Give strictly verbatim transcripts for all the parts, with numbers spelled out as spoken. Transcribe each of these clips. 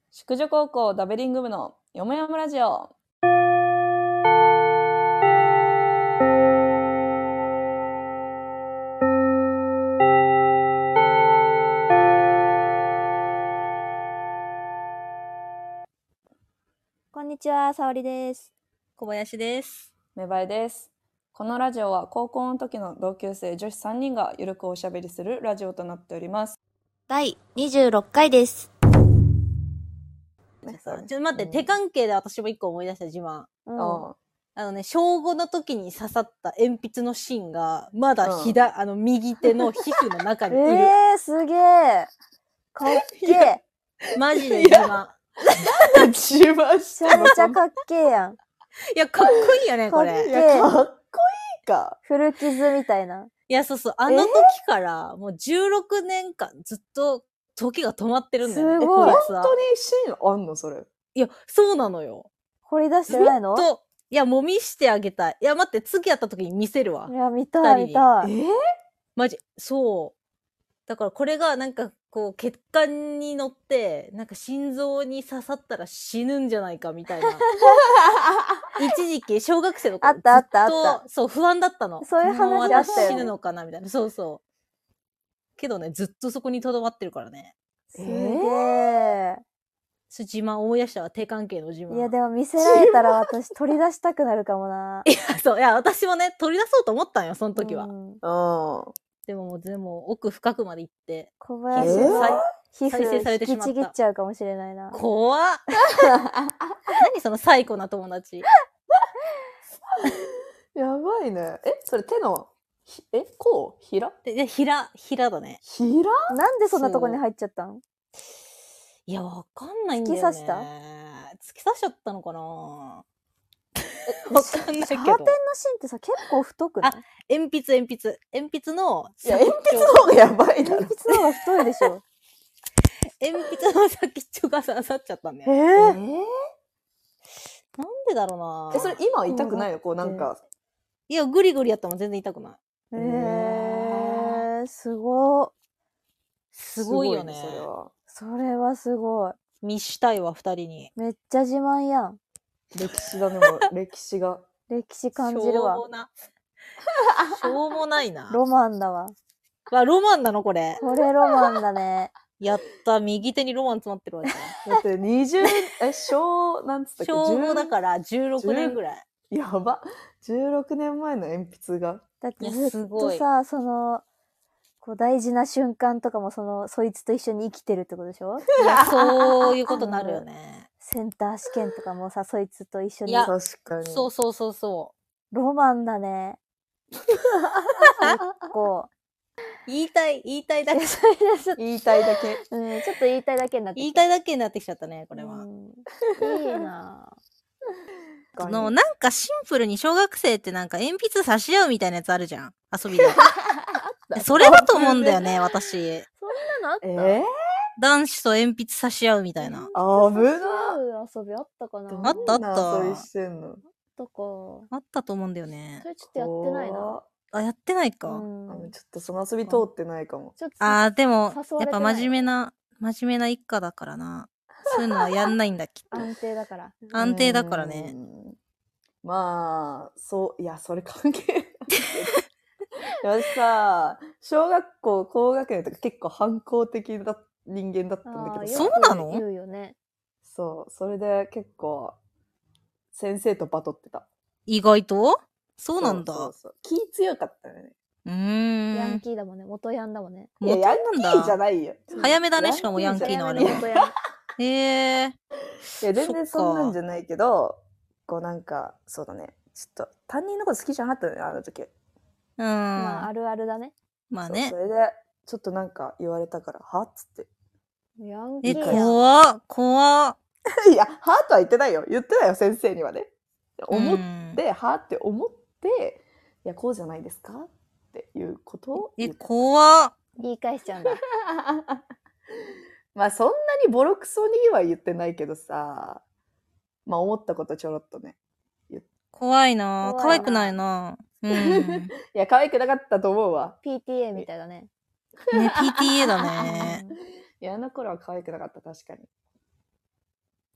宿女高校ダベリング部のよもやまラジオ。 こんにちは、さおりです。 小林です。 めばえです。このラジオは高校の時の同級生女子さんにんがゆるくおしゃべりするラジオとなっております。 だいにじゅうろっかいです。 ちょっと待って、うん、手関係で私も一個思い出した自慢。 うん、 あのね、小ごの時に刺さった鉛筆の芯がまだ左、うん、あの右手の皮膚の中にいる。 えー、すげえ。かっけえ。 マジで自慢。 自慢しめちゃめちゃかっけえやん。 いや、かっこいいよね、これ。 かっけえ。かっこいいか。 古傷みたいな。 いや、そうそう。あの時からもうじゅうろくねんかんずっと時が止まってるんだよね。 すごい。 本当に芯あんのそれ。 いや、そうなのよ。 掘り出してないの？ ずっと。いや、もう見してあげたい。いや、待って、次やった時に見せるわ。 いや、見たい、見たい。えー、 マジ、そう。だからこれがなんかこう血管に乗ってなんか心臓に刺さったら死ぬんじゃないかみたいな一時期小学生の頃ずっとあったあったあったそう不安だったの。 そういう話あったよね。 死ぬのかなみたいな。そうそうけどねずっとそこに留まってるからね。 すげえ。 自慢思い出したわ。手関係の自慢。 いやでも見せられたら私取り出したくなるかもな。 いやそういや私もね取り出そうと思ったんよその時は。 うん。 でももうでも奥深くまで行って小林の皮膚引きちぎっちゃうかもしれないな。 怖っ何その最高な友達やばいね。えそれ手のえこうひらでひらひらだね。 ひらなんでそんなとこに入っちゃったん？ いやわかんないんだよね。 突き刺した？ 突き刺しちゃったのかなわかんないけど。シャーペンの芯ってさ、結構太くない？ あ、鉛筆、鉛筆。鉛筆の、 いや、鉛筆の方がやばいだろ。 鉛筆の方が太いでしょ。 鉛筆の先っちょが刺さっちゃったんだよ。 えー、 えー、なんでだろうな。 え、それ今は痛くないの？こうなんか。 いや、グリグリやったも全然痛くない。 えー、すごい。 すごいよね。 それは。 それはすごい。 見したいわ、二人に。 めっちゃ自慢やん。 歴史だね、もう歴史が。 歴史感じるわ。 しょうもな。しょうもないな。 ロマンだわ。 わ、ロマンなのこれ。 これロマンだね。 やった、右手にロマン詰まってるわけ。 だってにじゅう、え、小、なんつったっけ？ 小ごだからじゅうろくねんぐらい。 やば。じゅうろくねんまえの鉛筆が。 だってずっとさ、その、こう大事な瞬間とかもその、そいつと一緒に生きてるってことでしょ？ いや、そういうことになるよね。 センター試験とかもさ、そいつと一緒に。 いや、 確かに。 そうそうそうそう。 ロマンだね。結構。 言いたい、言いたいだけ。 言いたいだけ。 うん、ちょっと言いたいだけになってきた。 言いたいだけになってきちゃったね、これは。 うん、いいなぁ。の、なんかシンプルに小学生ってなんか鉛筆差し合うみたいなやつあるじゃん。遊びで。それだと思うんだよね、私。 そんなのあった？ えー、 男子と鉛筆差し合うみたいな。 あぶな。 遊びあったかな？ あったあった。 遊びしてんの？ あったか。 あったと思うんだよね。 それちょっとやってないな。 あ、やってないか。 うん、ちょっとその遊び通ってないかも。 あー、でも、やっぱ真面目な、真面目な一家だからな。そういうのはやんないんだ、きっと。 安定だから。 安定だからね。 まあ、そう、いや、それ関係ない。私さ、小学校、高学年とか結構反抗的な人間だったんだけど。 そうなの？ 言うよね。 そう、それで結構、先生とバトってた。 意外と？そうなんだ。 そうそうそう。気強かったよね。 うーん。 ヤンキーだもんね。元ヤンだもんね。 いや、ヤンキーじゃないよ。 早めだね、しかもヤンキーのあれは。へえー。 いや、全然そんなんじゃないけど、こうなんか、そうだね。ちょっと、担任のこと好きじゃなかったのよ、あの時。 うん。 まあ、あるあるだね。 まあね。 そ, それで、ちょっとなんか言われたから、はっつって。 ヤンキーやん。 え、怖っ、怖っ。 いや、はとは言ってないよ。言ってないよ、先生にはね。思って、はって思って、いや、こうじゃないですかっていうことを言って。え、怖っ。 言い返しちゃうんだ。 まあ、そんなにボロクソには言ってないけどさ、まあ、思ったことちょろっとね。 怖いなぁ。可愛くないなぁ。うん。 いや、可愛くなかったと思うわ。 ピーティーエー みたいだね。 ね、ピーティーエー だね。 いや、あの頃は可愛くなかった、確かに。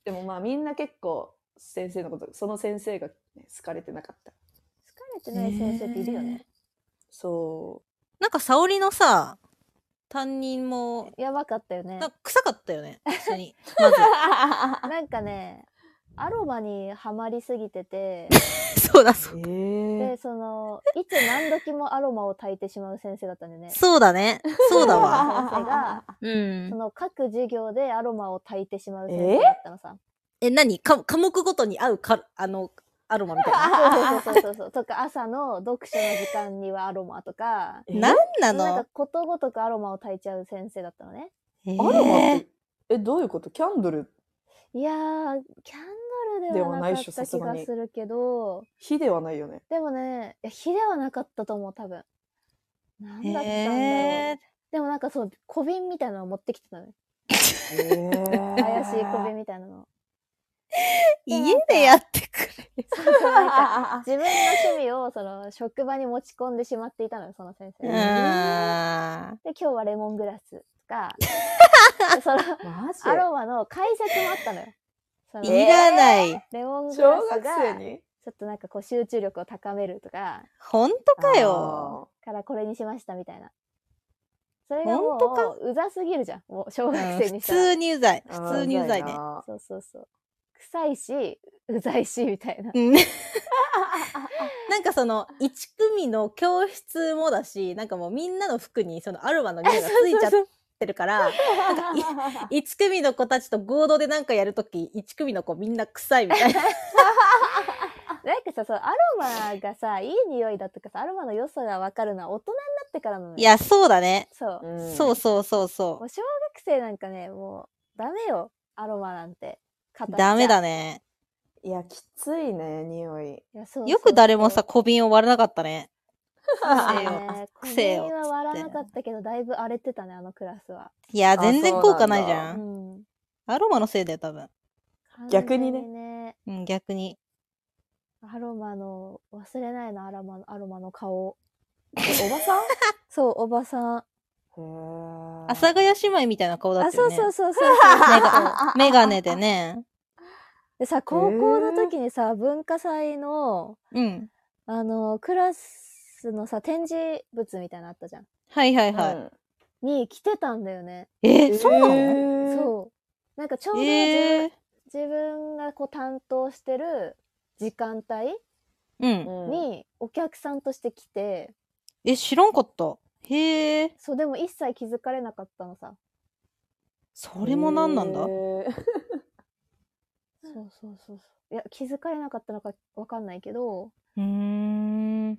でもまあみんな結構先生のこと、その先生が、ね、好かれてなかった。 好かれてない先生っているよね。 そなんか沙織のさ、担任も、 やばかったよねなん。か臭かったよね、普通に。まず。 なんかね、アロマにハマりすぎてて、 そうだ、そうえだ。 ーで、その、いつ何時もアロマを焚いてしまう先生だったんだよね。 そうだね。そうだわ。 先生が、 うんそ。の各授業でアロマを焚いてしまう先生だったのさ。 え、何か科目ごとに合うか、あの、アロマみたいな。 そうそうそうそうそう。とか、朝の読書の時間にはアロマとか、 えなんななんのかことごとくアロマを焚いちゃう先生だったのね。 えーアロマって、え、どういうこと？キャンドル？ いやー、キャンドルではなかった気がするけど、 火ではないよね。 でもね、いや火ではなかったと思う、多分。なんだったんだろう。 えでもなんかそう、小瓶みたいなのを持ってきてたのよ。 えー、 怪しい小瓶みたいなの。 家でやってくれ。 そうそう、なんか自分の趣味をその職場に持ち込んでしまっていたのよ、その先生。 あで、今日はレモングラスとか、そのマジ？ アロマの解説もあったのよ。そのーいらない。 レモングラ小学スが生に？ ちょっとなんかこう集中力を高めるとか、 ほんとかよ。 からこれにしましたみたいな。それがもほんとかううざすぎるじゃん。もう小学うん普生にしたら。 通にうざい。 あー普通にうざいね。 なそうそうそう。臭いし、うざいし、みたいな。 うんなんかその、一組の教室もだし、なんかもうみんなの服にそのアロマの匂いがついちゃってるから、なんかい一組の子たちと合同でなんかやるとき、一組の子みんな臭いみたいな。 なんかさ、そう、アロマがさ、いい匂いだとかさ、アロマの良さがわかるのは大人になってからなのよ。 いや、そうだね。 そう。 うんそうそうそうそもう小学生なんかね、もう、ダメよ。アロマなんて。 う。ダメだね。 ね。 いや、きついね、匂い。 いや、そうそうそうよく誰もさ、小瓶を割らなかったね。 そうくせえよね。小くせえよ瓶は割らなかったけど、だいぶ荒れてたね、あのクラスは。 いや、全然効果ないじうゃ。 うんん。 アロマのせいだよ、多分。 逆にね完全ね。 うん、逆に。 アロマの、忘れないの、アロマの、アロマの顔。 え、おばさん？ そう、おばさん。 へー。 阿佐ヶ谷姉妹みたいな顔だっあ、 たよね。 そうそうそうそう。 メガメガネでね。 でさ、高校の時にさ、文化祭の、 うん。 あの、クラスのさ、展示物みたいなのあったじゃん。 はいはいはい。 うんに来てたんだよね。 えー、そうなのう。 そう。なんかちょうど、 えー、 自分がこう担当してる時間帯うん。 にお客さんとして来て、 え、知らんかった。へえ。 そう、でも一切気づかれなかったのさ。 それも何なんだへーそうそうそうそう。いや、気づかれなかったのかわかんないけど、 うーん。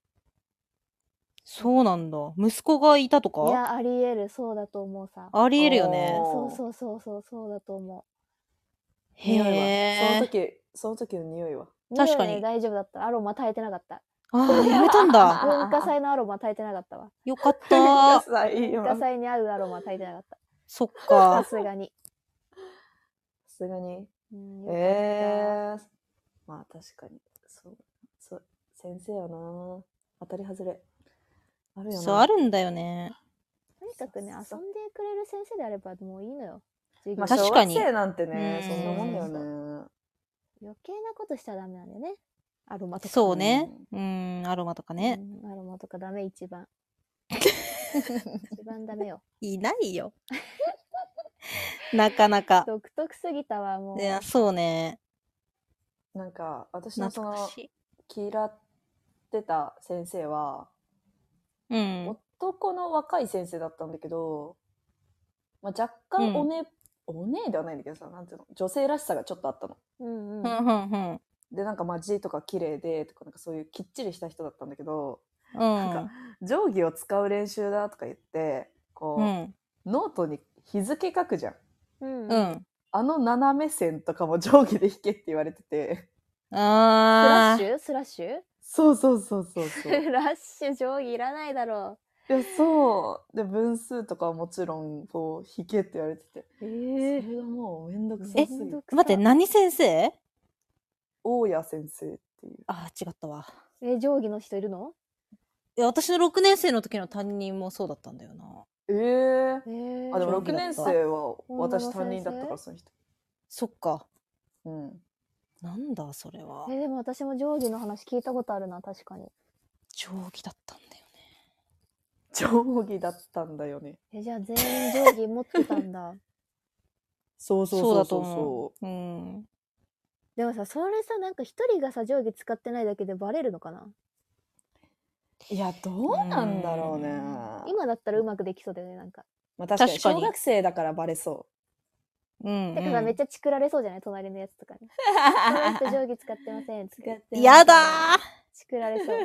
そうなんだ。息子がいたとかいや、あり得る、そうだと思うさ。 ありえるよね。 おーそうそうそうそう、そうだと思へ匂いは。そのえ。 時、その時の匂いは。 う。 確かに匂いね大丈夫だった。アロマ焚いてなかった。 ああ、やめたんだ。 文化祭のアロマ焚いてなかったわ。 よかっ文化た。 祭文化祭に合うアロマ焚いてなかった。 そっさか。 すがに。 さすがに。 うん、よかった。 ええー。まあ確かに。そう。そう。先生やな。当たり外れ。あるよな。 そう、あるんだよね。 とにかくね、遊んでくれる先生であればもういいのよ。授業まあ確かに小学生なんてね、 うんそんなもんだよね。 余計なことしたらダメなんだよね。アロマとか。 そうね。うん、アロマとかね。 うんアロマとかダメ、一番。一番ダメよ。 いないよ。なかなか。 独特すぎたわ、もう。 いや、そうね。 なんか、私のその懐かしい。 嫌ってた先生は、 うん。 男の若い先生だったんだけど、まあ、若干おね、おねではないんだけどさ、なんていうの、女性らしさがちょっとあったの。 うんうん。 ふんふんふん。 で、なんかまあ字とか綺麗で、とか、なんかそういうきっちりした人だったんだけど、 うなんん。 か定規を使う練習だとか言って、こう、 うん。 ノートに日付書くじゃん。 うんうん。 うん。 あの斜め線とかも定規で引けって言われてて。 スラあー。 ッシュスラッシュそうそうそうそうそう。 スラッシュ定規いらないだろいや、そう。で、分数とかはもちろん、こう、引けって言われてて。 う。えそれがもうめんどくさえすぎて。 待って、何先生大谷先生っていう。 あー、違ったわ。 え、定規の人いるのいや、私のろくねん生の時の担任もそうだったんだよな。 えええー、 あ、でも定ろくねん規だった生は女の先生私担任だったから、その人。 そっか。 うん。 なんだそれは。 え、でも私も定規の話聞いたことあるな、確かに。 定規だったんだよね。 定規だったんだよね。 え、じゃあ全員定規持ってたんだ。 そうそうそうだとそうそう思。 そううん。 でもさ、それさ、なんか一人がさ、定規使ってないだけでバレるのかな？ う。いや、どうなんだろうね。 今だったらうまくできそうだよね、なんか。 まあ確かに確かに小学生だからバレそうん、うん。 てかさ、めっちゃチクられそうじゃない？隣のやつとかに。この人定規使ってません。使ってやだーチクられそう。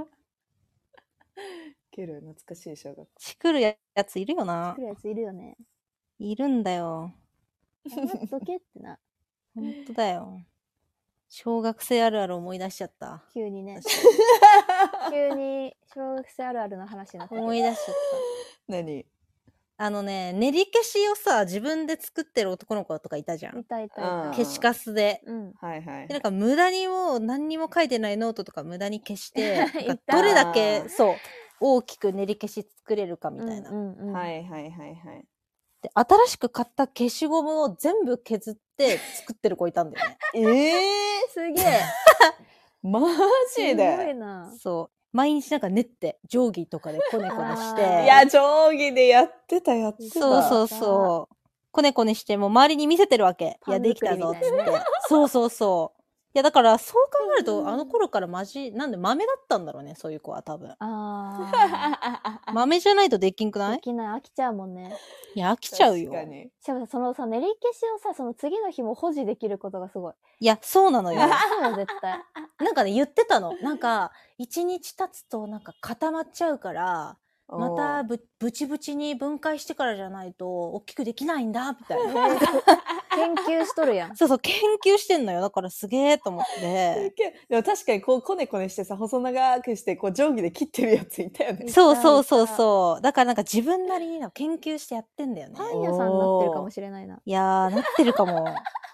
ける懐かしい小学校。 チクるやついるよなチク。るやついるよね。 いるんだよ。 黙っとけってな。 ほんとだよ。小学生あるある思い出しちゃった。 急にね。急に小学生あるあるの話になったけど。 思い出しちゃっ何？ た。あのね、練り消しをさ、自分で作ってる男の子とかいたじゃん。 いたいたいうんた。 消しカスで。 うん。 はいはい。 で、なんか無駄にもう何にも書いてないノートとか無駄に消して、 いなんかたどれだあーけ、そう、大きく練り消し作れるかみたいな。 うんうんうん。 はいはいはいはい。 で、新しく買った消しゴムを全部削って作ってる子いたんだよね。 ええすげえ。 ー、マすジごいで？ な。 そう。毎日なんか練って、定規とかでコネコネして。 あーいや、定規でやってたやってた。 そうそうそう。コネコネして、もう周りに見せてるわけ。いや、 パンできたぞ、つって作りみたいな。 そうそうそう。いや、だから、そう考えると、あの頃からマジ、なんで豆だったんだろうね、そういう子は多分。 あ豆じゃないとできんくあ。 ないできない。飽きちゃうもんね。 いや、飽きちゃうよ。 確かに。 しかもさ、そのさ、練り消しをさ、その次の日も保持できることがすごい。 いや、そうなのよ。 そう、絶対。 なんかね、言ってたの。なんか、一日経つと、なんか固まっちゃうから、またぶ、ぶちぶちに分解してからじゃないと、大きくできないんだ、みたいな。 研究しとるやん。 そうそう、研究してんのよ。だからすげえと思っすて。 げえでも確かにこうコネコネしてさ、細長くしてこう定規で切ってるやついたよね。 そうそうそうそう。だからなんか自分なりに研究してやってんだよね。 パン屋さんになってるかもしれないな。 いやー、なってるかも。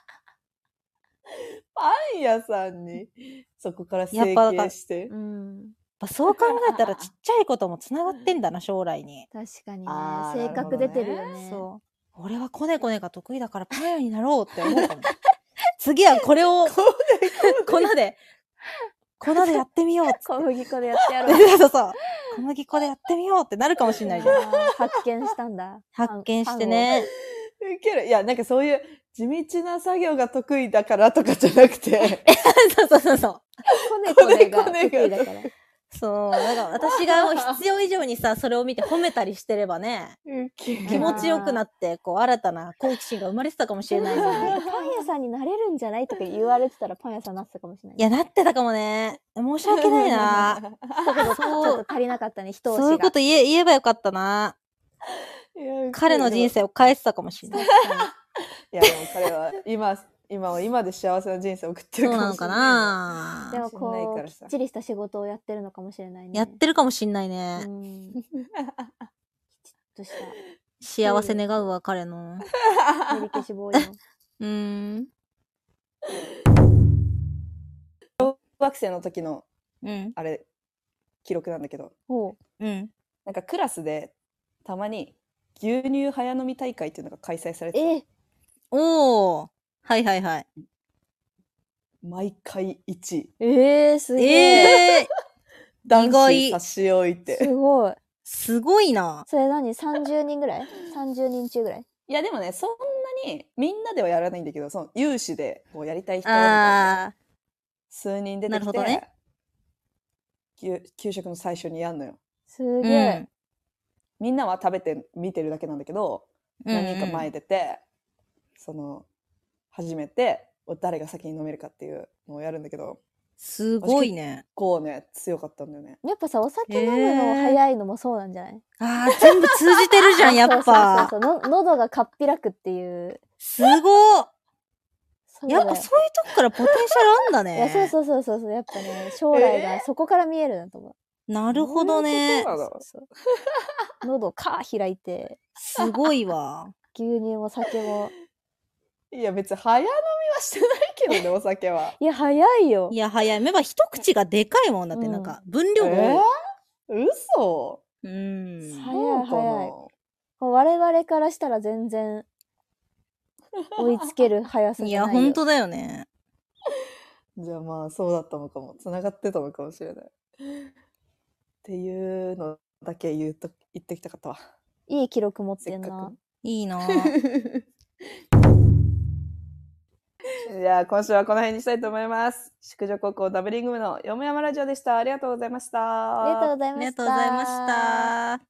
パン屋さんにそこから成やっぱだから形して。 うん。 やっぱそう考えたらちっちゃいこともつながってんだな、将来に。 確かにねあ。ー性格出てるよね。 そう。俺はコネコネが得意だからパン屋になろうって思うかも。次はこれを粉で、粉でやってみようっつって。 小麦粉でやってやろう。 そうそうそう。小麦粉でやってみようってなるかもしれないじゃん。 あー発見したんだ。 発見してね。 ウケる。いや、なんかそういう地道な作業が得意だからとかじゃなくて。 そうそうそうそう。 パンを。コネコネがコネコネが得意だから。 そう。だから私がもう必要以上にさ、それを見て褒めたりしてればね、 ウケる気持ちよくなって、こう、新たな好奇心が生まれてたかもしれないのに。 パン屋さんになれるんじゃないとか言われてたらパン屋さんになってたかもしれない。 いや、なってたかもね。申し訳ないな。 ちょっと足りなかったね、一押しが。 そういうこと言え、言えばよかったな。 いや彼の人生を変えてたかもしれない。 確かいや、でも彼は今、今は今で幸せな人生を送ってるそうなのかかもしれない。 に。でな。 も知んないこう、 からさきっちりした仕事をやってるのかもしれないね。 やってるかもしんないうん。 ね。 きちっとした幸せ願うわ、彼の。 練り消しボーイの。 うーん。 小学生の時の、 うん。 あれ、記録なんだけど、 ほうん。 なんかクラスでたまに牛乳早飲み大会っていうのが開催されう。 てた。 え、 おー。はいはいはい。 毎回いちい。 えー、すげえ。 えー、 男外子差し置いすて。 ごい。 すごいな。 それ何 ?さんじゅう 人ぐらい ?さんじゅう 人中ぐらいいやでもね、そんなにみんなではやらないんだけど、その有志でこうやりたい人みたいなあ数人出てなきて、 るほどね給給食の最初にやんのよ。 すー。 げえ。 みんなは食べて見てるだけなんだけど、 うん。 何人か前出て、その初めて誰が先に飲めるかっていうのをやるんだけど、 すごいね。 こうね強かったんだよね。 やっぱさ、お酒飲むの早いのもそうなんじゃない、 ああ、全部通じてるじゃん、やっぱ。 そうそうそうそうの。喉がかっぴらくっていう。 すごそうだよやっぱそういうとこからポテンシャルあんだね。 いや、そうそうそうそうそう。やっぱね、将来がそこから見えるなと思う。 なるほどね。 そういうことなのそうそう喉をカー開いて、 すごいわ。 牛乳も酒も。 いや別に早飲みはしてないけどね、お酒は。 いや、早いよい。や、早い。やっぱ一口がでかいもんだって、 うんなんか、分量が多い。 えー、嘘うん。 早いそうかな早い。我々からしたら全然、 追いつける速さいや、 じゃないよ。 ほんとだよね。 じゃあまあそうだったのかも。繋がってたのかもしれない。っていうのだけ言うと言ってきたかったわ。 いい記録持っせっかてんな。 いいなぁ。 じゃあ今週はこの辺にしたいと思います。宿女高校ダブリング部のよもやまラジオでした。ありがとうございました。 ありがとうございありがました。 とうございました。